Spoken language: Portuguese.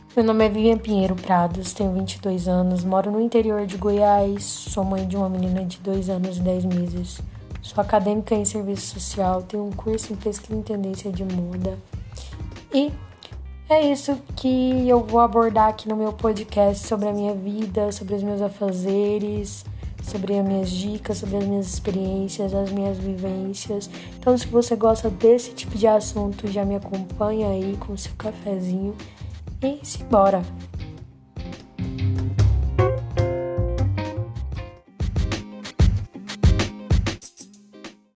Meu nome é Vivian Pinheiro Prados, tenho 22 anos, moro no interior de Goiás, sou mãe de uma menina de 2 anos e 10 meses. Sou acadêmica em serviço social, tenho um curso em pesquisa em tendência de moda. E é isso que eu vou abordar aqui no meu podcast sobre a minha vida, sobre os meus afazeres, sobre as minhas dicas, sobre as minhas experiências, as minhas vivências. Então, se você gosta desse tipo de assunto, já me acompanha aí com o seu cafezinho e simbora!